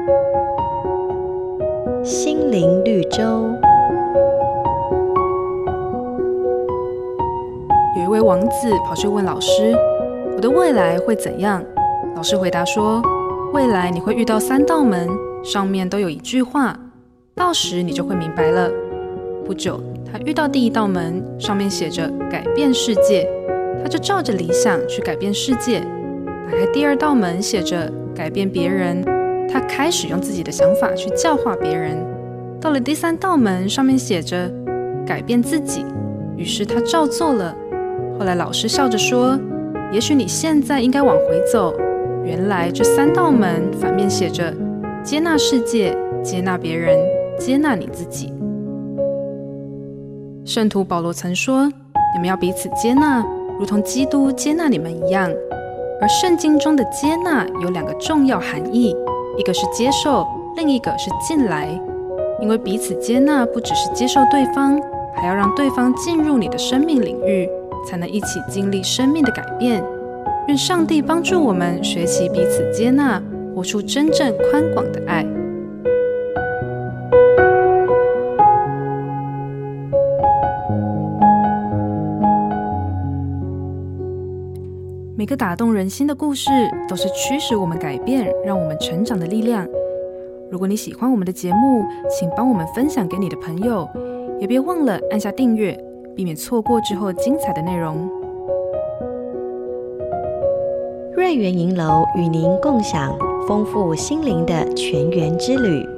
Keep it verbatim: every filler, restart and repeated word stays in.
心灵绿洲。 有一位王子跑去问老师，我的未来会怎样？老师回答说，未来你会遇到三道门，上面都有一句话，到时你就会明白了。不久，他遇到第一道门，上面写着改变世界，他就照着理想去改变世界。打开第二道门，写着改变别人，他开始用自己的想法去教化别人。到了第三道门，上面写着改变自己，于是他照做了。后来老师笑着说，也许你现在应该往回走，原来这三道门反面写着接纳世界，接纳别人，接纳你自己。圣徒保罗曾说，你们要彼此接纳，如同基督接纳你们一样。而圣经中的接纳有两个重要含义，一个是接受，另一个是进来。因为彼此接纳不只是接受对方，还要让对方进入你的生命领域，才能一起经历生命的改变。愿上帝帮助我们学习彼此接纳，活出真正宽广的爱。每个打动人心的故事，都是驱使我们改变、让我们成长的力量。如果你喜欢我们的节目，请帮我们分享给你的朋友，也别忘了按下订阅，避免错过之后精彩的内容。 瑞园银楼与您共享丰富心灵的全员之旅。